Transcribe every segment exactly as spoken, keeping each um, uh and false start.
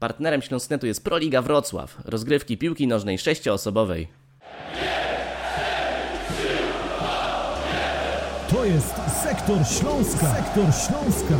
Partnerem Śląsknetu jest Proliga Wrocław, rozgrywki piłki nożnej sześcioosobowej. To jest Sektor Śląska. Sektor Śląska.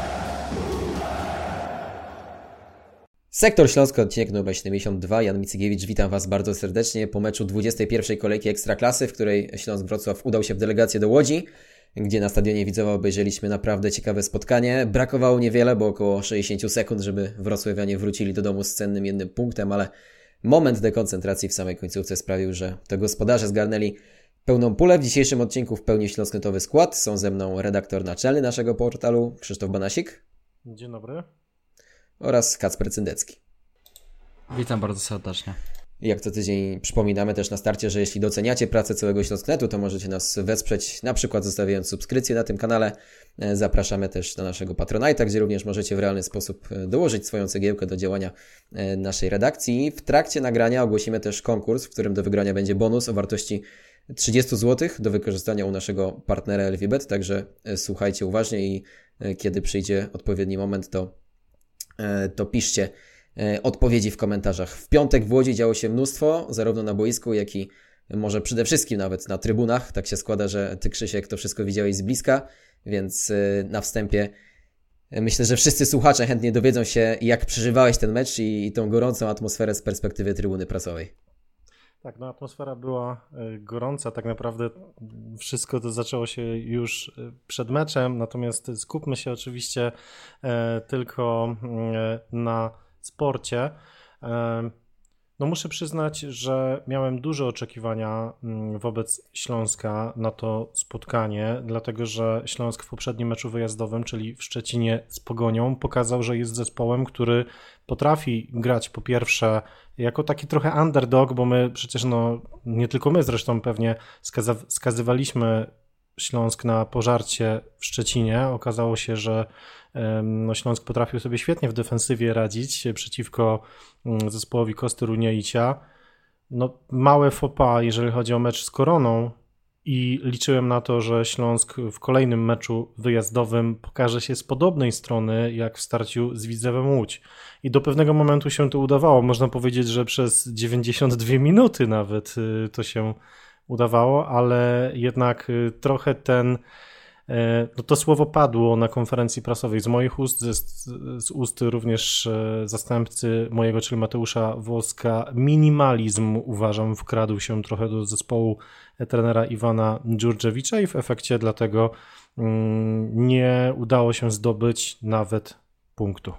Sektor Śląska, odcinek numer siedemdziesiąt dwa. Jan Micygiewicz, witam Was bardzo serdecznie po meczu dwudziestej pierwszej kolejki Ekstraklasy, w której Śląsk Wrocław udał się w delegację do Łodzi, gdzie na stadionie Widzewa obejrzeliśmy naprawdę ciekawe spotkanie. Brakowało niewiele, bo około sześćdziesiąt sekund, żeby wrocławianie wrócili do domu z cennym jednym punktem, ale moment dekoncentracji w samej końcówce sprawił, że to gospodarze zgarnęli pełną pulę. W dzisiejszym odcinku w pełni śląsknetowy skład. Są ze mną redaktor naczelny naszego portalu Krzysztof Banasik. Dzień dobry. Oraz Kacper Cyndecki. Witam bardzo serdecznie. Jak co tydzień przypominamy też na starcie, że jeśli doceniacie pracę całego Śląsknetu, to możecie nas wesprzeć, na przykład zostawiając subskrypcję na tym kanale. Zapraszamy też na naszego Patronite'a, gdzie również możecie w realny sposób dołożyć swoją cegiełkę do działania naszej redakcji. W trakcie nagrania ogłosimy też konkurs, w którym do wygrania będzie bonus o wartości trzydzieści złotych do wykorzystania u naszego partnera Elvibet, także słuchajcie uważnie i kiedy przyjdzie odpowiedni moment, to, to piszcie odpowiedzi w komentarzach. W piątek w Łodzi działo się mnóstwo, zarówno na boisku, jak i może przede wszystkim nawet na trybunach. Tak się składa, że Ty, Krzysiek, to wszystko widziałeś z bliska, więc na wstępie myślę, że wszyscy słuchacze chętnie dowiedzą się, jak przeżywałeś ten mecz i, i tą gorącą atmosferę z perspektywy trybuny prasowej. Tak, no atmosfera była gorąca, tak naprawdę wszystko to zaczęło się już przed meczem, natomiast skupmy się oczywiście tylko na sporcie. No muszę przyznać, że miałem duże oczekiwania wobec Śląska na to spotkanie, dlatego że Śląsk w poprzednim meczu wyjazdowym, czyli w Szczecinie z Pogonią, pokazał, że jest zespołem, który potrafi grać po pierwsze jako taki trochę underdog, bo my przecież, no nie tylko my zresztą pewnie skaza- skazywaliśmy Śląsk na pożarcie w Szczecinie. Okazało się, że no, Śląsk potrafił sobie świetnie w defensywie radzić przeciwko zespołowi Kosty Runiejcia. No, małe faux pas, jeżeli chodzi o mecz z Koroną, i liczyłem na to, że Śląsk w kolejnym meczu wyjazdowym pokaże się z podobnej strony jak w starciu z Widzewem Łódź. I do pewnego momentu się to udawało. Można powiedzieć, że przez dziewięćdziesiąt dwie minuty nawet to się udawało, ale jednak trochę ten, no to słowo padło na konferencji prasowej z moich ust, z, z ust również zastępcy mojego, czyli Mateusza Woska. Minimalizm, uważam, wkradł się trochę do zespołu trenera Iwana Dżurdżewicza i w efekcie dlatego nie udało się zdobyć nawet punktu.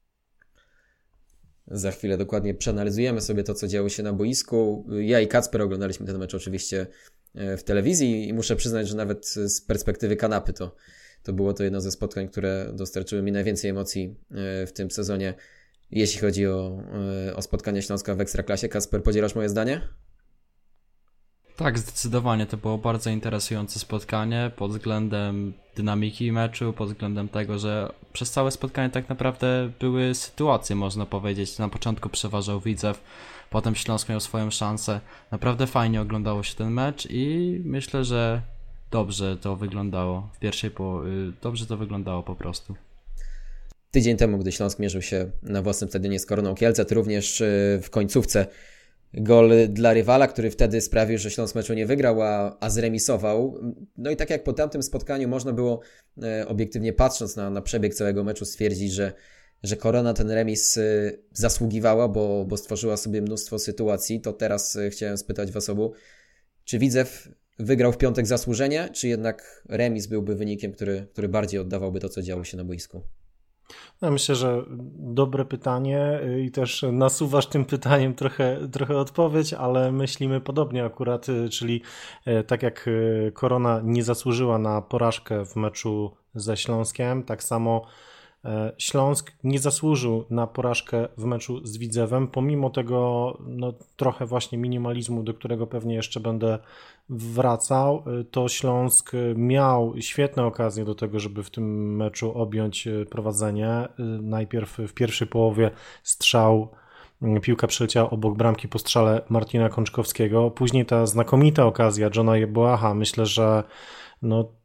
Za chwilę dokładnie przeanalizujemy sobie to, co działo się na boisku. Ja i Kacper oglądaliśmy ten mecz oczywiście w telewizji i muszę przyznać, że nawet z perspektywy kanapy to, to było to jedno ze spotkań, które dostarczyły mi najwięcej emocji w tym sezonie, jeśli chodzi o, o spotkanie Śląska w Ekstraklasie. Kacper, podzielasz moje zdanie? Tak, zdecydowanie to było bardzo interesujące spotkanie pod względem dynamiki meczu, pod względem tego, że przez całe spotkanie tak naprawdę były sytuacje, można powiedzieć. Na początku przeważał Widzew, potem Śląsk miał swoją szansę. Naprawdę fajnie oglądało się ten mecz i myślę, że dobrze to wyglądało w pierwszej po... dobrze to wyglądało po prostu. Tydzień temu, gdy Śląsk mierzył się na własnym stadionie z Koroną Kielce, to również w końcówce gol dla rywala, który wtedy sprawił, że Śląsk meczu nie wygrał, a, a zremisował. No i tak jak po tamtym spotkaniu można było e, obiektywnie patrząc na, na przebieg całego meczu stwierdzić, że, że Korona ten remis e, zasługiwała, bo, bo stworzyła sobie mnóstwo sytuacji, to teraz e, chciałem spytać Was obu, czy Widzew wygrał w piątek zasłużenie, czy jednak remis byłby wynikiem, który, który bardziej oddawałby to, co działo się na boisku? Ja myślę, że dobre pytanie i też nasuwasz tym pytaniem trochę, trochę odpowiedź, ale myślimy podobnie akurat, czyli tak jak Korona nie zasłużyła na porażkę w meczu ze Śląskiem, tak samo Śląsk nie zasłużył na porażkę w meczu z Widzewem, pomimo tego no, trochę właśnie minimalizmu, do którego pewnie jeszcze będę wracał, to Śląsk miał świetne okazje do tego, żeby w tym meczu objąć prowadzenie. Najpierw w pierwszej połowie strzał, piłka przeleciała obok bramki po strzale Martina Kączkowskiego, później ta znakomita okazja Johna Jeboaha, myślę, że no,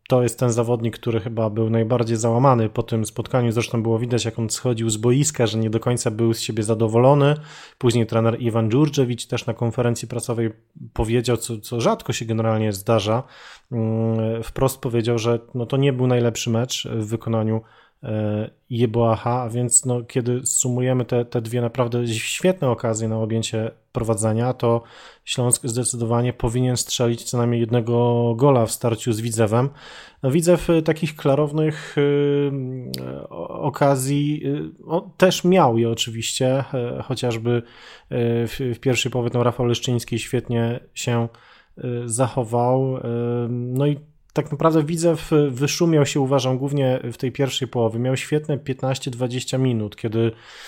to jest ten zawodnik, który chyba był najbardziej załamany po tym spotkaniu. Zresztą było widać, jak on schodził z boiska, że nie do końca był z siebie zadowolony. Później trener Iwan Dżurdżewicz też na konferencji prasowej powiedział, co, co rzadko się generalnie zdarza, wprost powiedział, że no to nie był najlepszy mecz w wykonaniu Jeboaha, a więc no, kiedy sumujemy te, te dwie naprawdę świetne okazje na objęcie prowadzenia, to Śląsk zdecydowanie powinien strzelić co najmniej jednego gola w starciu z Widzewem. No, Widzew takich klarownych y, okazji y, o, też miał je oczywiście, y, chociażby y, w, w pierwszej połowie no, Rafał Leszczyński świetnie się y, zachował. Y, no i tak naprawdę Widzew wyszumiał się, uważam, głównie w tej pierwszej połowie. Miał świetne piętnaście dwadzieścia minut, kiedy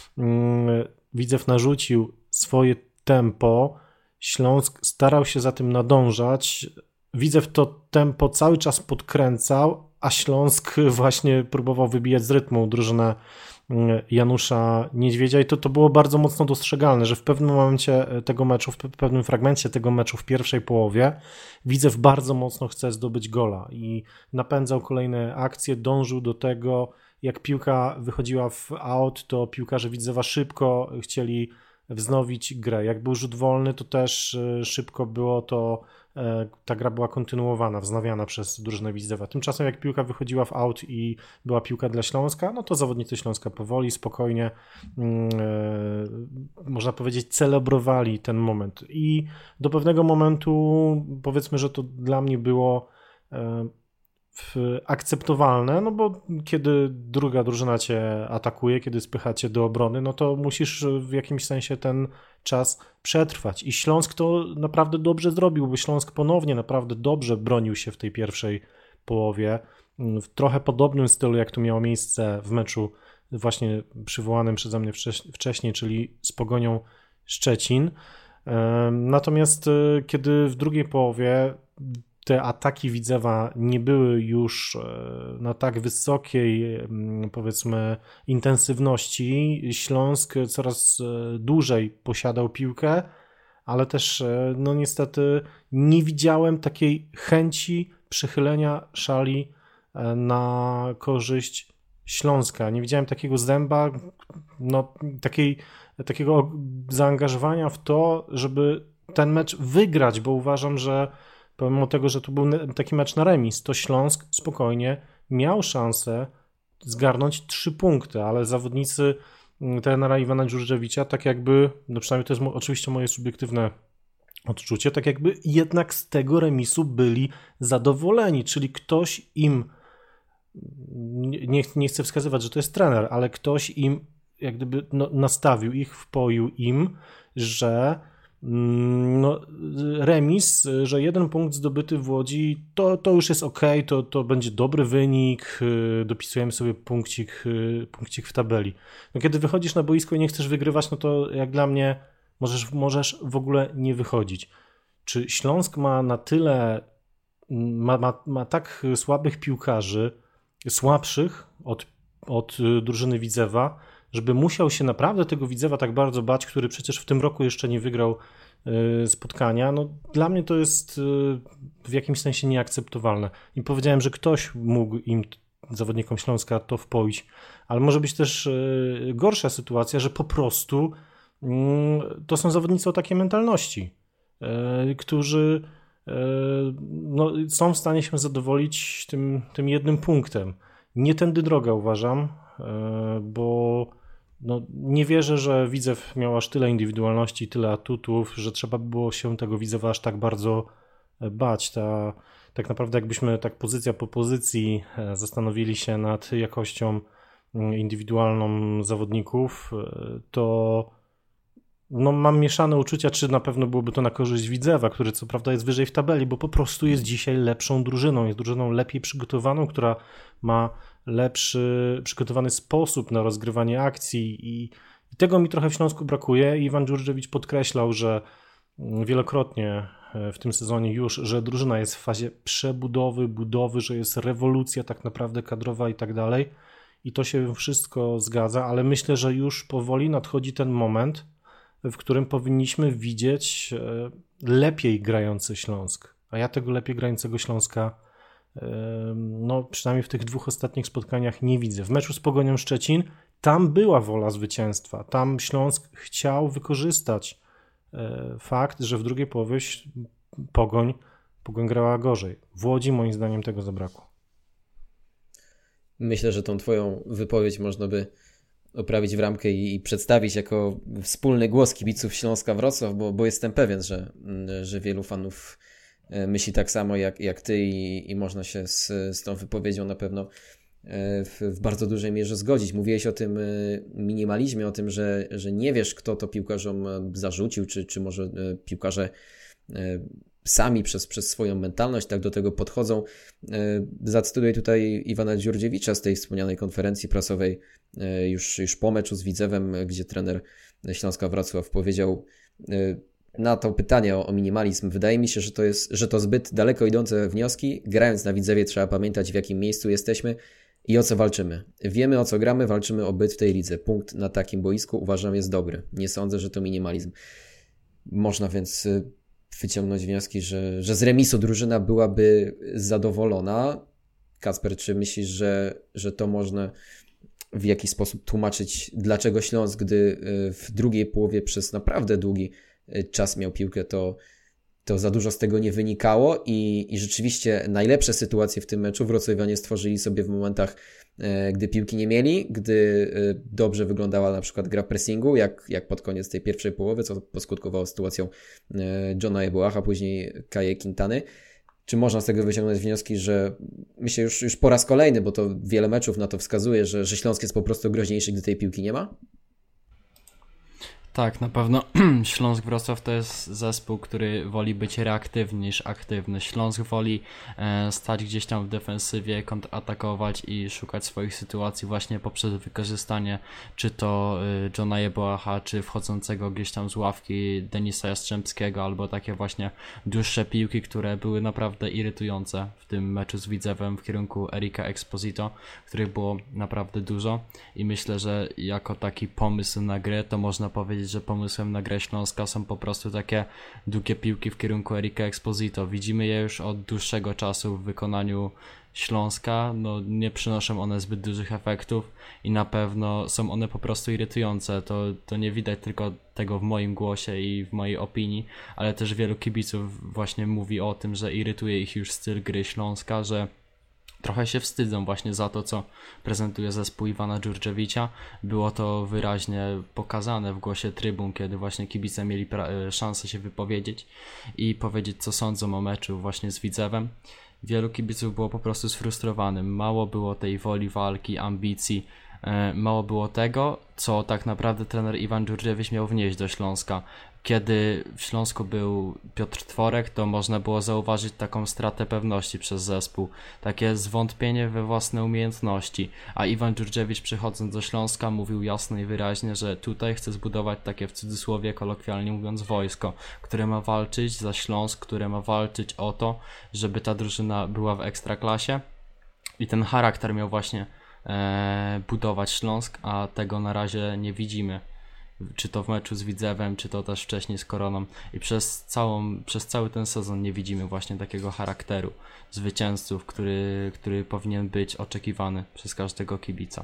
Widzew narzucił swoje tempo. Śląsk starał się za tym nadążać. Widzew to tempo cały czas podkręcał, a Śląsk właśnie próbował wybijać z rytmu drużynę Janusza Niedźwiedzia i to, to było bardzo mocno dostrzegalne, że w pewnym momencie tego meczu, w pewnym fragmencie tego meczu w pierwszej połowie Widzew bardzo mocno chce zdobyć gola i napędzał kolejne akcje, dążył do tego, jak piłka wychodziła w out, to piłkarze Widzewa szybko chcieli wznowić grę. Jak był rzut wolny, to też szybko było to, ta gra była kontynuowana, wznawiana przez drużynę Widzewa. Tymczasem jak piłka wychodziła w out i była piłka dla Śląska, no to zawodnicy Śląska powoli, spokojnie, yy, można powiedzieć, celebrowali ten moment. I do pewnego momentu, powiedzmy, że to dla mnie było yy, akceptowalne, no bo kiedy druga drużyna cię atakuje, kiedy spycha cię do obrony, no to musisz w jakimś sensie ten czas przetrwać. I Śląsk to naprawdę dobrze zrobił, bo Śląsk ponownie naprawdę dobrze bronił się w tej pierwszej połowie, w trochę podobnym stylu, jak to miało miejsce w meczu właśnie przywołanym przeze mnie wcześniej, czyli z Pogonią Szczecin. Natomiast kiedy w drugiej połowie te ataki Widzewa nie były już na tak wysokiej, powiedzmy, intensywności, Śląsk coraz dłużej posiadał piłkę, ale też, no niestety, nie widziałem takiej chęci przychylenia szali na korzyść Śląska. Nie widziałem takiego zęba, no, takiej, takiego zaangażowania w to, żeby ten mecz wygrać, bo uważam, że pomimo tego, że to był taki mecz na remis, to Śląsk spokojnie miał szansę zgarnąć trzy punkty, ale zawodnicy trenera Iwana Dżurdżewicza tak jakby, no przynajmniej to jest oczywiście moje subiektywne odczucie, tak jakby jednak z tego remisu byli zadowoleni, czyli ktoś im, nie, nie chcę wskazywać, że to jest trener, ale ktoś im jak gdyby no, nastawił ich, wpoił im, że no, remis, że jeden punkt zdobyty w Łodzi to, to już jest ok, to, to będzie dobry wynik, dopisujemy sobie punkcik, punkcik w tabeli. No, kiedy wychodzisz na boisko i nie chcesz wygrywać, no to jak dla mnie możesz, możesz w ogóle nie wychodzić. Czy Śląsk ma na tyle, ma, ma, ma tak słabych piłkarzy, słabszych od, od drużyny Widzewa, żeby musiał się naprawdę tego Widzewa tak bardzo bać, który przecież w tym roku jeszcze nie wygrał y, spotkania, no dla mnie to jest y, w jakimś sensie nieakceptowalne. I powiedziałem, że ktoś mógł im, zawodnikom Śląska, to wpoić, ale może być też y, gorsza sytuacja, że po prostu y, to są zawodnicy o takiej mentalności, y, którzy y, no, są w stanie się zadowolić tym, tym jednym punktem. Nie tędy droga, uważam, y, bo no, nie wierzę, że Widzew miał aż tyle indywidualności, tyle atutów, że trzeba by było się tego Widzewa aż tak bardzo bać. Ta, tak naprawdę jakbyśmy tak pozycja po pozycji zastanowili się nad jakością indywidualną zawodników, to no, mam mieszane uczucia, czy na pewno byłoby to na korzyść Widzewa, który co prawda jest wyżej w tabeli, bo po prostu jest dzisiaj lepszą drużyną, jest drużyną lepiej przygotowaną, która ma lepszy, przygotowany sposób na rozgrywanie akcji i, i tego mi trochę w Śląsku brakuje. Iwan Dżurdżewicz podkreślał, że wielokrotnie w tym sezonie już, że drużyna jest w fazie przebudowy, budowy, że jest rewolucja tak naprawdę kadrowa i tak dalej i to się wszystko zgadza, ale myślę, że już powoli nadchodzi ten moment, w którym powinniśmy widzieć lepiej grający Śląsk, a ja tego lepiej grającego Śląska no przynajmniej w tych dwóch ostatnich spotkaniach nie widzę. W meczu z Pogonią Szczecin tam była wola zwycięstwa, tam Śląsk chciał wykorzystać fakt, że w drugiej połowie Pogoń, Pogoń grała gorzej. W Łodzi moim zdaniem tego zabrakło. Myślę, że tą twoją wypowiedź można by oprawić w ramkę i, i przedstawić jako wspólny głos kibiców Śląska Wrocław, bo, bo jestem pewien, że, że wielu fanów myśli tak samo jak, jak ty i, i można się z, z tą wypowiedzią na pewno w, w bardzo dużej mierze zgodzić. Mówiłeś o tym minimalizmie, o tym, że, że nie wiesz, kto to piłkarzom zarzucił, czy, czy może piłkarze sami przez, przez swoją mentalność tak do tego podchodzą. Zacytuję tutaj Iwana Dziurdziewicza z tej wspomnianej konferencji prasowej już, już po meczu z Widzewem, gdzie trener Śląska Wrocław powiedział na to pytanie o, o minimalizm: wydaje mi się, że to jest, że to zbyt daleko idące wnioski. Grając na Widzewie trzeba pamiętać, w jakim miejscu jesteśmy i o co walczymy. Wiemy, o co gramy, walczymy o byt w tej lidze. Punkt na takim boisku uważam jest dobry. Nie sądzę, że to minimalizm. Można więc wyciągnąć wnioski, że, że z remisu drużyna byłaby zadowolona. Kacper, czy myślisz, że, że to można w jakiś sposób tłumaczyć, dlaczego Śląsk, gdy w drugiej połowie przez naprawdę długi czas miał piłkę, to, to za dużo z tego nie wynikało i, i rzeczywiście najlepsze sytuacje w tym meczu wrocławianie stworzyli sobie w momentach, gdy piłki nie mieli, gdy dobrze wyglądała na przykład gra pressingu, jak, jak pod koniec tej pierwszej połowy, co poskutkowało sytuacją Johna Yeboaha, później Kaje Quintany. Czy można z tego wyciągnąć wnioski, że myślę już, już po raz kolejny, bo to wiele meczów na to wskazuje, że, że Śląsk jest po prostu groźniejszy, gdy tej piłki nie ma? Tak, na pewno Śląsk Wrocław to jest zespół, który woli być reaktywny niż aktywny. Śląsk woli e, stać gdzieś tam w defensywie, kontratakować i szukać swoich sytuacji właśnie poprzez wykorzystanie czy to e, Johna Yeboaha, czy wchodzącego gdzieś tam z ławki Denisa Jastrzębskiego, albo takie właśnie dłuższe piłki, które były naprawdę irytujące w tym meczu z Widzewem w kierunku Erika Exposito, których było naprawdę dużo i myślę, że jako taki pomysł na grę to można powiedzieć, że pomysłem na grę Śląska są po prostu takie długie piłki w kierunku Erika Exposito. Widzimy je już od dłuższego czasu w wykonaniu Śląska, no nie przynoszą one zbyt dużych efektów i na pewno są one po prostu irytujące. To, to nie widać tylko tego w moim głosie i w mojej opinii, ale też wielu kibiców właśnie mówi o tym, że irytuje ich już styl gry Śląska, że trochę się wstydzą właśnie za to, co prezentuje zespół Iwana Dziurdziewicza. Było to wyraźnie pokazane w głosie trybun, kiedy właśnie kibice mieli pra- szansę się wypowiedzieć i powiedzieć, co sądzą o meczu właśnie z Widzewem. Wielu kibiców było po prostu sfrustrowanych. Mało było tej woli walki, ambicji, mało było tego, co tak naprawdę trener Iwan Dziurdziewicz miał wnieść do Śląska. Kiedy w Śląsku był Piotr Tworek, to można było zauważyć taką stratę pewności przez zespół, takie zwątpienie we własne umiejętności, a Iwan Dziurdziewicz, przychodząc do Śląska, mówił jasno i wyraźnie, że tutaj chce zbudować takie, w cudzysłowie kolokwialnie mówiąc, wojsko, które ma walczyć za Śląsk, które ma walczyć o to, żeby ta drużyna była w ekstraklasie i ten charakter miał właśnie e, budować Śląsk, a tego na razie nie widzimy. Czy to w meczu z Widzewem, czy to też wcześniej z Koroną i przez, całą, przez cały ten sezon nie widzimy właśnie takiego charakteru zwycięzców, który, który powinien być oczekiwany przez każdego kibica.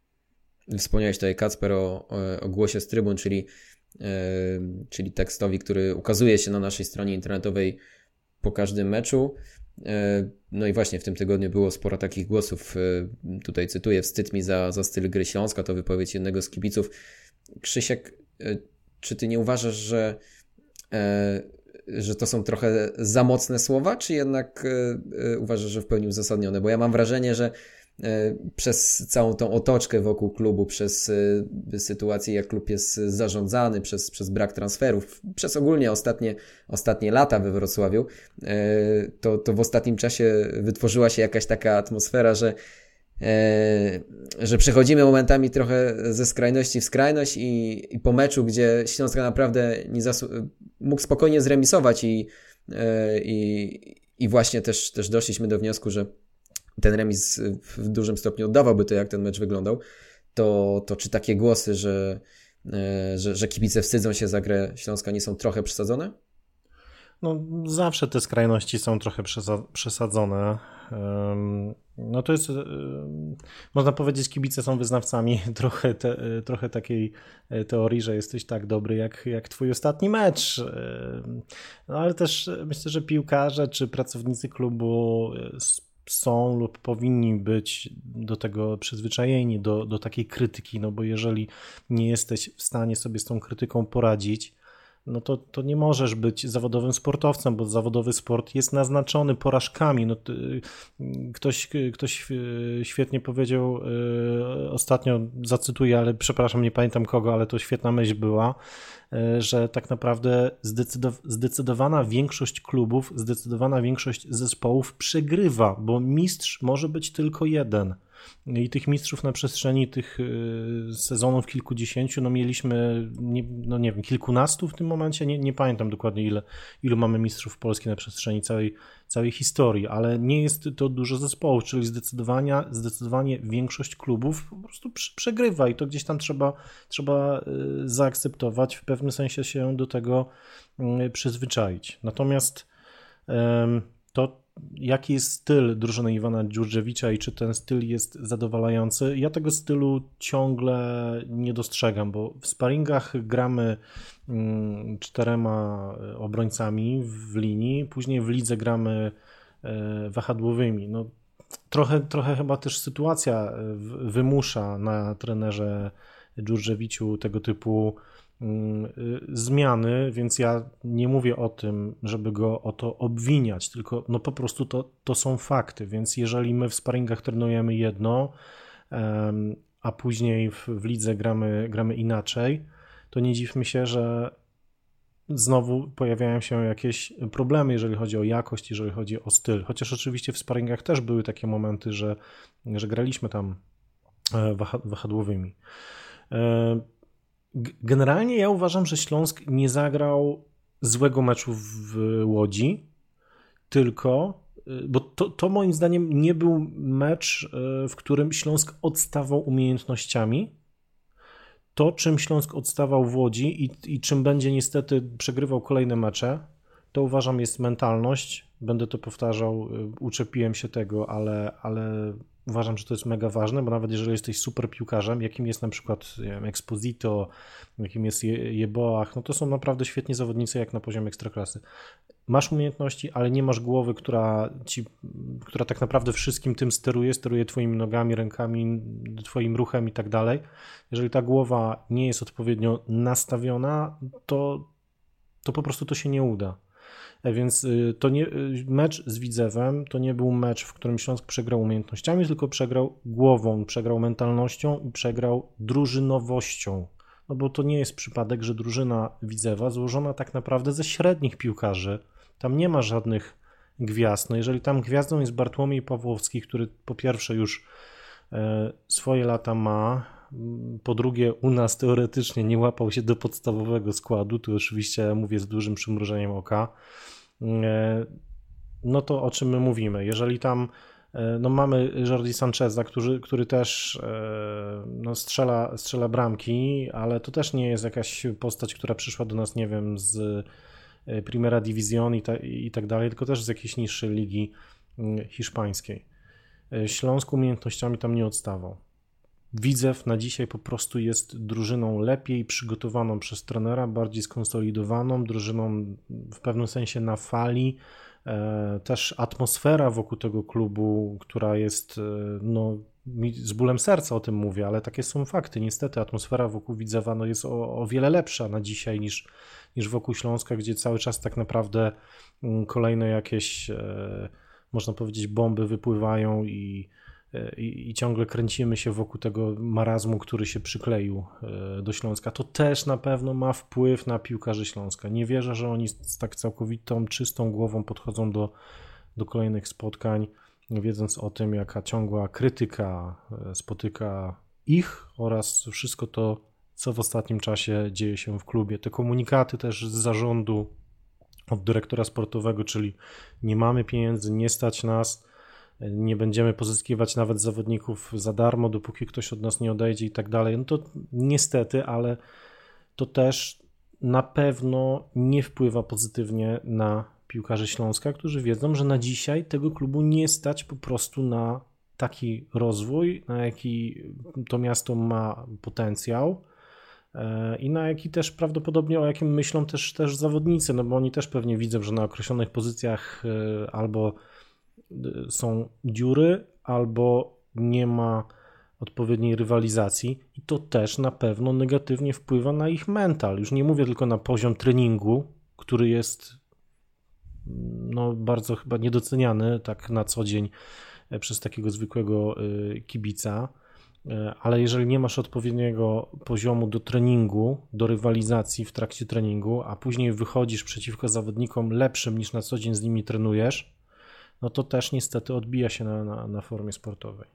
Wspomniałeś tutaj, Kacper, o, o głosie z trybun, czyli, yy, czyli tekstowi, który ukazuje się na naszej stronie internetowej po każdym meczu. Yy, no i właśnie w tym tygodniu było sporo takich głosów. Yy, tutaj cytuję: wstyd mi za, za styl gry Śląska, to wypowiedź jednego z kibiców. Krzysiek, czy ty nie uważasz, że, że to są trochę za mocne słowa, czy jednak uważasz, że w pełni uzasadnione? Bo ja mam wrażenie, że przez całą tą otoczkę wokół klubu, przez sytuację, jak klub jest zarządzany, przez, przez brak transferów, przez ogólnie ostatnie, ostatnie lata we Wrocławiu, to, to w ostatnim czasie wytworzyła się jakaś taka atmosfera, że że przechodzimy momentami trochę ze skrajności w skrajność i, i po meczu, gdzie Śląsk naprawdę nie zasu- mógł spokojnie zremisować i, i, i właśnie też, też doszliśmy do wniosku, że ten remis w dużym stopniu oddawałby to, jak ten mecz wyglądał, to, to czy takie głosy, że, że, że kibice wstydzą się za grę Śląska, nie są trochę przesadzone? No, zawsze te skrajności są trochę przesadzone. No to jest, można powiedzieć, kibice są wyznawcami trochę, te, trochę takiej teorii, że jesteś tak dobry jak, jak twój ostatni mecz. No ale też myślę, że piłkarze czy pracownicy klubu są lub powinni być do tego przyzwyczajeni, do, do takiej krytyki, no bo jeżeli nie jesteś w stanie sobie z tą krytyką poradzić, no to, to nie możesz być zawodowym sportowcem, bo zawodowy sport jest naznaczony porażkami. No, ktoś, ktoś świetnie powiedział ostatnio, zacytuję, ale przepraszam, nie pamiętam kogo, ale to świetna myśl była, że tak naprawdę zdecydowana większość klubów, zdecydowana większość zespołów przegrywa, bo mistrz może być tylko jeden. I tych mistrzów na przestrzeni tych sezonów kilkudziesięciu, no mieliśmy, nie, no nie wiem, kilkunastu w tym momencie, nie, nie pamiętam dokładnie ile, ilu mamy mistrzów Polski na przestrzeni całej, całej historii, ale nie jest to dużo zespołów, czyli zdecydowanie, zdecydowanie większość klubów po prostu przegrywa i to gdzieś tam trzeba, trzeba zaakceptować, w pewnym sensie się do tego przyzwyczaić. Natomiast to jaki jest styl drużyny Iwana Dżurdżewicza i czy ten styl jest zadowalający? Ja tego stylu ciągle nie dostrzegam, bo w sparingach gramy czterema obrońcami w linii, później w lidze gramy wahadłowymi. No, trochę, trochę chyba też sytuacja wymusza na trenerze Dżurdżewiciu tego typu zmiany, więc ja nie mówię o tym, żeby go o to obwiniać, tylko no po prostu to, to są fakty, więc jeżeli my w sparingach trenujemy jedno, a później w, w lidze gramy, gramy inaczej, to nie dziwmy się, że znowu pojawiają się jakieś problemy, jeżeli chodzi o jakość, jeżeli chodzi o styl, chociaż oczywiście w sparingach też były takie momenty, że, że graliśmy tam wahadłowymi. Generalnie ja uważam, że Śląsk nie zagrał złego meczu w Łodzi, tylko, bo to, to moim zdaniem nie był mecz, w którym Śląsk odstawał umiejętnościami. To, czym Śląsk odstawał w Łodzi i, i czym będzie niestety przegrywał kolejne mecze, to uważam jest mentalność. Będę to powtarzał, uczepiłem się tego, ale, ale uważam, że to jest mega ważne, bo nawet jeżeli jesteś super piłkarzem, jakim jest na przykład nie wiem, Exposito, jakim jest Je- Jeboach, no to są naprawdę świetni zawodnicy jak na poziomie ekstraklasy. Masz umiejętności, ale nie masz głowy, która ci, która tak naprawdę wszystkim tym steruje, steruje twoimi nogami, rękami, twoim ruchem i tak dalej. Jeżeli ta głowa nie jest odpowiednio nastawiona, to, to po prostu to się nie uda. Więc to nie, mecz z Widzewem to nie był mecz, w którym Śląsk przegrał umiejętnościami, tylko przegrał głową, przegrał mentalnością i przegrał drużynowością. No bo to nie jest przypadek, że drużyna Widzewa złożona tak naprawdę ze średnich piłkarzy, tam nie ma żadnych gwiazd. No jeżeli tam gwiazdą jest Bartłomiej Pawłowski, który po pierwsze już e, swoje lata ma, po drugie u nas teoretycznie nie łapał się do podstawowego składu, tu oczywiście mówię z dużym przymrużeniem oka, e, no to o czym my mówimy? Jeżeli tam e, no mamy Jordi Sancheza, który, który też e, no strzela, strzela bramki, ale to też nie jest jakaś postać, która przyszła do nas, nie wiem, z Primera División i, ta, i tak dalej, tylko też z jakiejś niższej ligi hiszpańskiej. Śląsk umiejętnościami tam nie odstawał. Widzew na dzisiaj po prostu jest drużyną lepiej przygotowaną przez trenera, bardziej skonsolidowaną, drużyną w pewnym sensie na fali. Też atmosfera wokół tego klubu, która jest, no z bólem serca o tym mówię, ale takie są fakty. Niestety atmosfera wokół Widzewa no, jest o, o wiele lepsza na dzisiaj niż, niż wokół Śląska, gdzie cały czas tak naprawdę kolejne jakieś, można powiedzieć, bomby wypływają i I, i ciągle kręcimy się wokół tego marazmu, który się przykleił do Śląska. To też na pewno ma wpływ na piłkarzy Śląska. Nie wierzę, że oni z tak całkowitą, czystą głową podchodzą do, do kolejnych spotkań, wiedząc o tym, jaka ciągła krytyka spotyka ich oraz wszystko to, co w ostatnim czasie dzieje się w klubie. Te komunikaty też z zarządu, od dyrektora sportowego, czyli nie mamy pieniędzy, nie stać nas, nie będziemy pozyskiwać nawet zawodników za darmo, dopóki ktoś od nas nie odejdzie i tak dalej. No to niestety, ale to też na pewno nie wpływa pozytywnie na piłkarzy Śląska, którzy wiedzą, że na dzisiaj tego klubu nie stać po prostu na taki rozwój, na jaki to miasto ma potencjał i na jaki też prawdopodobnie, o jakim myślą też, też zawodnicy, no bo oni też pewnie widzą, że na określonych pozycjach albo są dziury, albo nie ma odpowiedniej rywalizacji i to też na pewno negatywnie wpływa na ich mental. Już nie mówię tylko na poziom treningu, który jest no, bardzo chyba niedoceniany tak na co dzień przez takiego zwykłego kibica, ale jeżeli nie masz odpowiedniego poziomu do treningu, do rywalizacji w trakcie treningu, a później wychodzisz przeciwko zawodnikom lepszym niż na co dzień z nimi trenujesz, no to też niestety odbija się na, na, na formie sportowej.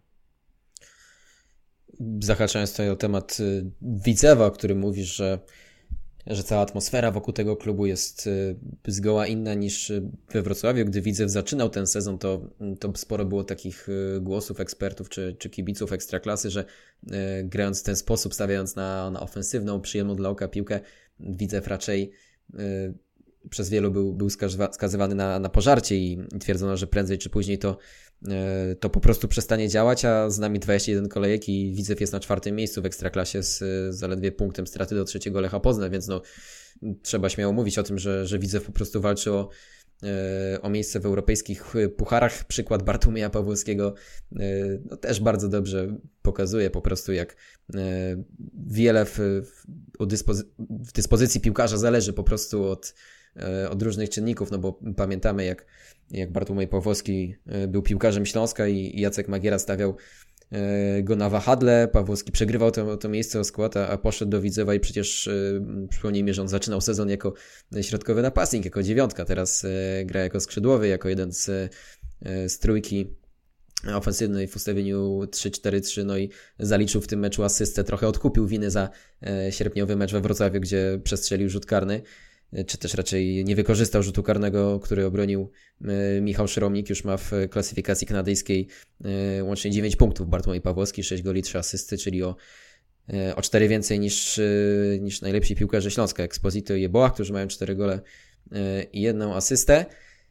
Zahaczając tutaj o temat Widzewa, o którym mówisz, że, że cała atmosfera wokół tego klubu jest zgoła inna niż we Wrocławiu. Gdy Widzew zaczynał ten sezon, to, to sporo było takich głosów ekspertów czy, czy kibiców Ekstraklasy, że grając w ten sposób, stawiając na, na ofensywną, przyjemną dla oka piłkę, Widzew raczej przez wielu był, był skazywany na, na pożarcie i twierdzono, że prędzej czy później to, to po prostu przestanie działać, a z nami dwadzieścia jeden kolejek i Widzew jest na czwartym miejscu w Ekstraklasie z zaledwie punktem straty do trzeciego Lecha Poznań, więc no trzeba śmiało mówić o tym, że, że Widzew po prostu walczy o, o miejsce w europejskich pucharach. Przykład Bartłomieja Pawłowskiego no, też bardzo dobrze pokazuje po prostu, jak wiele w, w, dyspozy- w dyspozycji piłkarza zależy po prostu od od różnych czynników, no bo pamiętamy jak, jak Bartłomiej Pawłowski był piłkarzem Śląska i Jacek Magiera stawiał go na wahadle, Pawłowski przegrywał to, to miejsce o skład, a poszedł do Widzewa i przecież przypomnijmy, że on zaczynał sezon jako środkowy napastnik, jako dziewiątka, teraz gra jako skrzydłowy, jako jeden z, z trójki ofensywnej w ustawieniu trzy cztery trzy, no i zaliczył w tym meczu asystę, trochę odkupił winy za sierpniowy mecz we Wrocławiu, gdzie przestrzelił rzut karny, czy też raczej nie wykorzystał rzutu karnego, który obronił Michał Szromnik. Już ma w klasyfikacji kanadyjskiej łącznie dziewięć punktów. Bartłomiej Pawłowski, sześć goli, trzy asysty, czyli o, o cztery więcej niż, niż najlepsi piłkarze Śląska, Exposito i Eboa, którzy mają cztery gole i jedną asystę.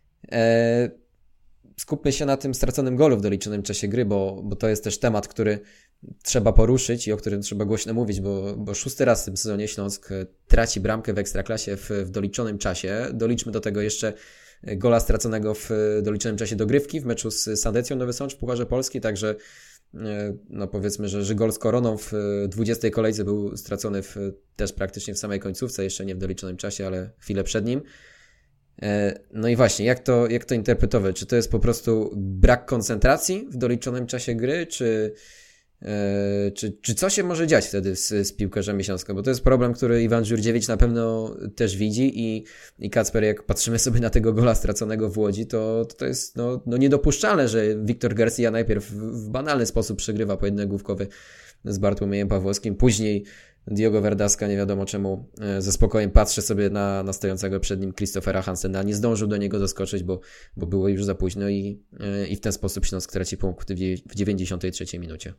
Skupmy się na tym straconym golu w doliczonym czasie gry, bo, bo to jest też temat, który trzeba poruszyć i o którym trzeba głośno mówić, bo, bo szósty raz w tym sezonie Śląsk traci bramkę w Ekstraklasie w, w doliczonym czasie. Doliczmy do tego jeszcze gola straconego w doliczonym czasie dogrywki w meczu z Sandecją Nowy Sącz w Pucharze Polski, także no powiedzmy, że, że gol z Koroną w dwudziestej kolejce był stracony w, też praktycznie w samej końcówce, jeszcze nie w doliczonym czasie, ale chwilę przed nim. No i właśnie, jak to, jak to interpretować? Czy to jest po prostu brak koncentracji w doliczonym czasie gry, czy, e, czy, czy co się może dziać wtedy z, z piłkarzami Śląska? Bo to jest problem, który Iwan Żurdziewicz na pewno też widzi i, i Kacper, jak patrzymy sobie na tego gola straconego w Łodzi, to, to, to jest no, no niedopuszczalne, że Wiktor Garcia najpierw w, w banalny sposób przegrywa pojedynek główkowy z Bartłomiejem Pawłowskim, później Diogo Verdaska nie wiadomo czemu ze spokojem patrzy sobie na, na stojącego przed nim Christophera Hansena, nie zdążył do niego doskoczyć, bo, bo było już za późno i, i w ten sposób Śląsk traci punkt w dziewięćdziesiątej trzeciej minucie.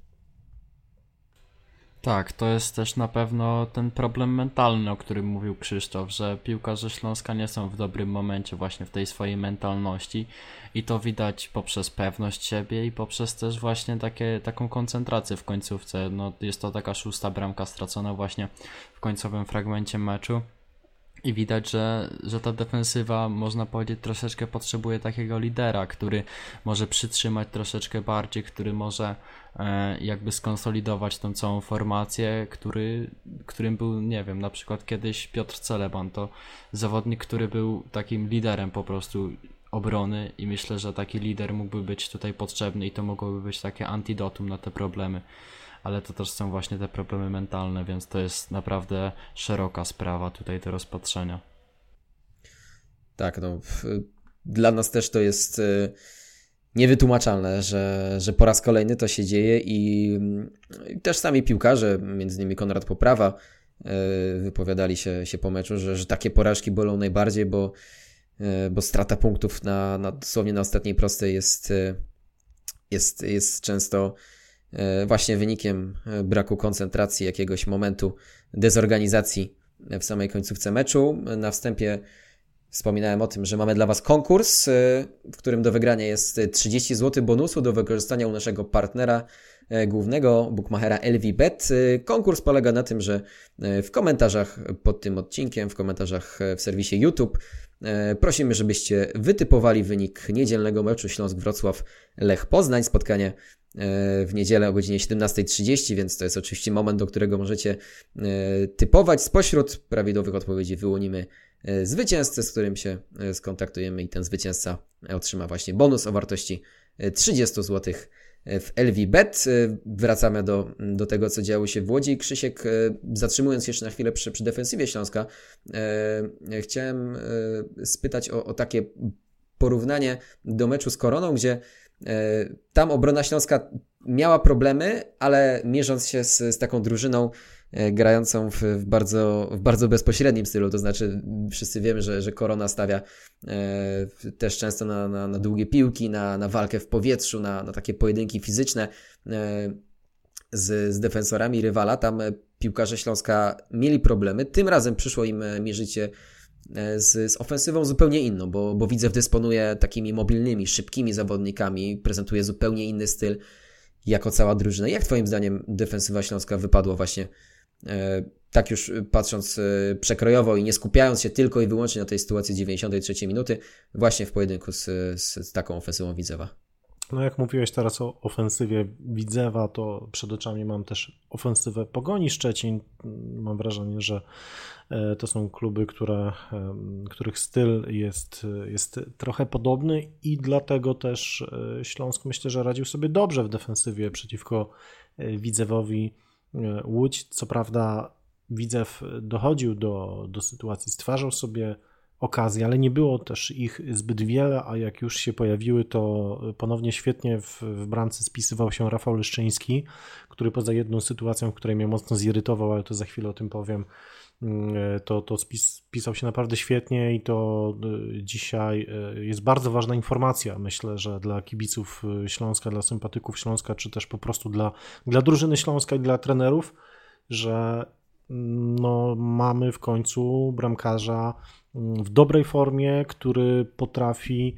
Tak, to jest też na pewno ten problem mentalny, o którym mówił Krzysztof, że piłkarze Śląska nie są w dobrym momencie właśnie w tej swojej mentalności i to widać poprzez pewność siebie i poprzez też właśnie takie, taką koncentrację w końcówce. No, jest to taka szósta bramka stracona właśnie w końcowym fragmencie meczu. I widać, że, że ta defensywa, można powiedzieć, troszeczkę potrzebuje takiego lidera, który może przytrzymać troszeczkę bardziej, który może e, jakby skonsolidować tą całą formację, który, którym był, nie wiem, na przykład kiedyś Piotr Celeban, to zawodnik, który był takim liderem po prostu obrony i myślę, że taki lider mógłby być tutaj potrzebny i to mogłoby być takie antidotum na te problemy. Ale to też są właśnie te problemy mentalne, więc to jest naprawdę szeroka sprawa tutaj do rozpatrzenia. Tak, no dla nas też to jest niewytłumaczalne, że, że po raz kolejny to się dzieje i, i też sami piłkarze, między innymi Konrad Poprawa, wypowiadali się, się po meczu, że, że takie porażki bolą najbardziej, bo, bo strata punktów na, na, dosłownie na ostatniej prostej jest, jest, jest często właśnie wynikiem braku koncentracji, jakiegoś momentu dezorganizacji w samej końcówce meczu. Na wstępie Wspominałem o tym, że mamy dla Was konkurs, w którym do wygrania jest trzydzieści złotych bonusu do wykorzystania u naszego partnera głównego, bookmachera L V Bet. Konkurs polega na tym, że w komentarzach pod tym odcinkiem, w komentarzach w serwisie YouTube prosimy, żebyście wytypowali wynik niedzielnego meczu Śląsk-Wrocław Lech Poznań. Spotkanie w niedzielę o godzinie siedemnasta trzydzieści, więc to jest oczywiście moment, do którego możecie typować. Spośród prawidłowych odpowiedzi wyłonimy zwycięzcę, z którym się skontaktujemy i ten zwycięzca otrzyma właśnie bonus o wartości trzydzieści złotych w L V Bet. Wracamy do, do tego, co działo się w Łodzi. Krzysiek, zatrzymując się jeszcze na chwilę przy, przy defensywie Śląska, e, chciałem e, spytać o, o takie porównanie do meczu z Koroną, gdzie e, tam obrona Śląska miała problemy, ale mierząc się z, z taką drużyną e, grającą w, w, bardzo, w bardzo bezpośrednim stylu, to znaczy wszyscy wiemy, że, że Korona stawia e, też często na, na, na długie piłki, na, na walkę w powietrzu, na, na takie pojedynki fizyczne e, z, z defensorami rywala. Tam piłkarze Śląska mieli problemy. Tym razem przyszło im mierzyć się z, z ofensywą zupełnie inną, bo, bo Widzew dysponuje takimi mobilnymi, szybkimi zawodnikami, prezentuje zupełnie inny styl jako cała drużyna. Jak Twoim zdaniem defensywa Śląska wypadła właśnie, e, tak już patrząc e, przekrojowo i nie skupiając się tylko i wyłącznie na tej sytuacji dziewięćdziesiątej trzeciej minuty, właśnie w pojedynku z, z, z taką ofensywą Widzewa? No jak mówiłeś teraz o ofensywie Widzewa, to przed oczami mam też ofensywę Pogoni Szczecin. Mam wrażenie, że to są kluby, które, których styl jest, jest trochę podobny i dlatego też Śląsk myślę, że radził sobie dobrze w defensywie przeciwko Widzewowi Łódź. Co prawda Widzew dochodził do, do sytuacji, stwarzał sobie okazji, ale nie było też ich zbyt wiele, a jak już się pojawiły, to ponownie świetnie w, w bramce spisywał się Rafał Leszczyński, który poza jedną sytuacją, w której mnie mocno zirytował, ale to za chwilę o tym powiem, to, to spis, spisał się naprawdę świetnie i to dzisiaj jest bardzo ważna informacja, myślę, że dla kibiców Śląska, dla sympatyków Śląska, czy też po prostu dla, dla drużyny Śląska i dla trenerów, że no, mamy w końcu bramkarza w dobrej formie, który potrafi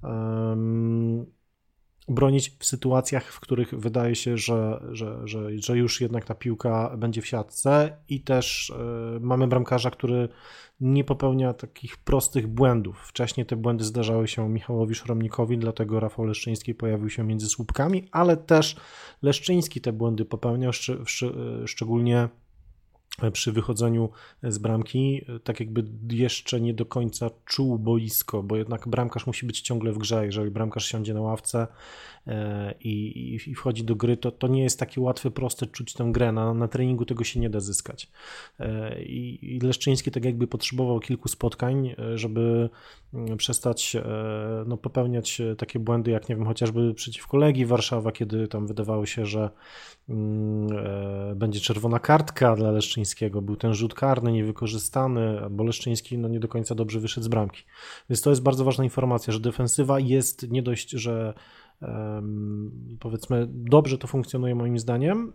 um, bronić w sytuacjach, w których wydaje się, że, że, że, że już jednak ta piłka będzie w siatce i też y, mamy bramkarza, który nie popełnia takich prostych błędów. Wcześniej te błędy zdarzały się Michałowi Szromnikowi, dlatego Rafał Leszczyński pojawił się między słupkami, ale też Leszczyński te błędy popełniał, szcz- szcz- szczególnie przy wychodzeniu z bramki, tak jakby jeszcze nie do końca czuł boisko, bo jednak bramkarz musi być ciągle w grze. Jeżeli bramkarz siądzie na ławce i, i wchodzi do gry, to, to nie jest takie łatwe, proste czuć tę grę. Na, na treningu tego się nie da zyskać. I, i Leszczyński tak jakby potrzebował kilku spotkań, żeby przestać no, popełniać takie błędy, jak nie wiem, chociażby przeciwko Legii Warszawa, kiedy tam wydawało się, że mm, będzie czerwona kartka dla Leszczyńskiego, był ten rzut karny niewykorzystany, bo Leszczyński no, nie do końca dobrze wyszedł z bramki. Więc to jest bardzo ważna informacja, że defensywa jest nie dość, że um, powiedzmy dobrze to funkcjonuje moim zdaniem,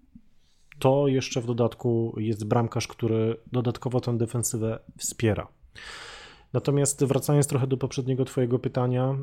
to jeszcze w dodatku jest bramkarz, który dodatkowo tę defensywę wspiera. Natomiast wracając trochę do poprzedniego twojego pytania,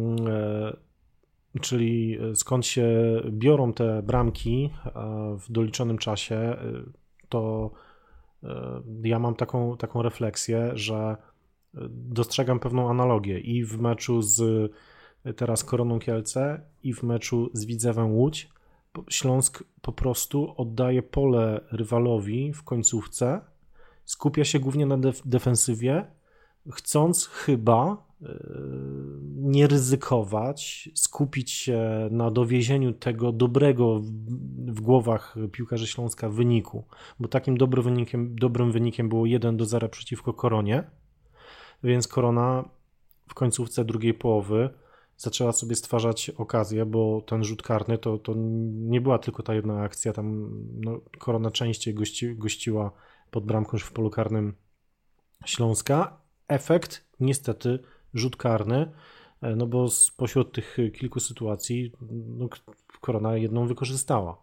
czyli skąd się biorą te bramki w doliczonym czasie, to ja mam taką, taką refleksję, że dostrzegam pewną analogię i w meczu z teraz Koroną Kielce i w meczu z Widzewem Łódź. Śląsk po prostu oddaje pole rywalowi w końcówce, skupia się głównie na def- defensywie, chcąc chyba nie ryzykować, skupić się na dowiezieniu tego dobrego w, w głowach piłkarzy Śląska wyniku, bo takim dobrym wynikiem, dobrym wynikiem było jeden do zera przeciwko Koronie, więc Korona w końcówce drugiej połowy zaczęła sobie stwarzać okazję, bo ten rzut karny to, to nie była tylko ta jedna akcja, tam no, Korona częściej gości, gościła pod bramką już w polu karnym Śląska. Efekt niestety rzut karny, no bo spośród tych kilku sytuacji no, Korona jedną wykorzystała.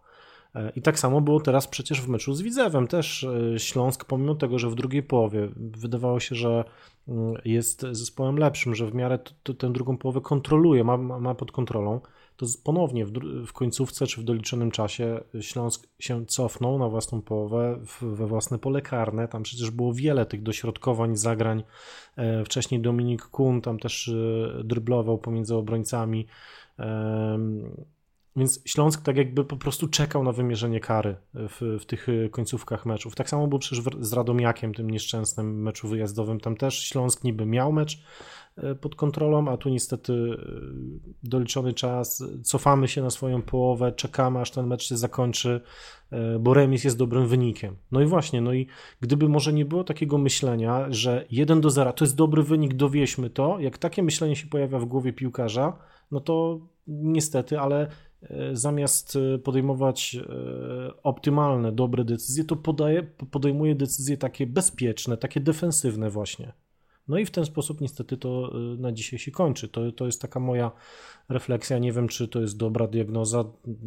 I tak samo było teraz przecież w meczu z Widzewem. Też Śląsk, pomimo tego, że w drugiej połowie wydawało się, że jest zespołem lepszym, że w miarę t- t- tę drugą połowę kontroluje, ma, ma pod kontrolą, to ponownie w, w końcówce czy w doliczonym czasie Śląsk się cofnął na własną połowę, w, we własne pole karne. Tam przecież było wiele tych dośrodkowań, zagrań. E, wcześniej Dominik Kun tam też e, dryblował pomiędzy obrońcami. E, Więc Śląsk tak jakby po prostu czekał na wymierzenie kary w, w tych końcówkach meczów. Tak samo było przecież z Radomiakiem, tym nieszczęsnym meczu wyjazdowym. Tam też Śląsk niby miał mecz pod kontrolą, a tu niestety doliczony czas, cofamy się na swoją połowę, czekamy aż ten mecz się zakończy, bo remis jest dobrym wynikiem. No i właśnie, no i gdyby może nie było takiego myślenia, że jeden do zera to jest dobry wynik, dowieźmy to, jak takie myślenie się pojawia w głowie piłkarza, no to niestety, ale zamiast podejmować optymalne, dobre decyzje, to podaje, podejmuje decyzje takie bezpieczne, takie defensywne właśnie. No i w ten sposób niestety to na dzisiaj się kończy. To, to jest taka moja refleksja. Nie wiem, czy to jest dobra diagnoza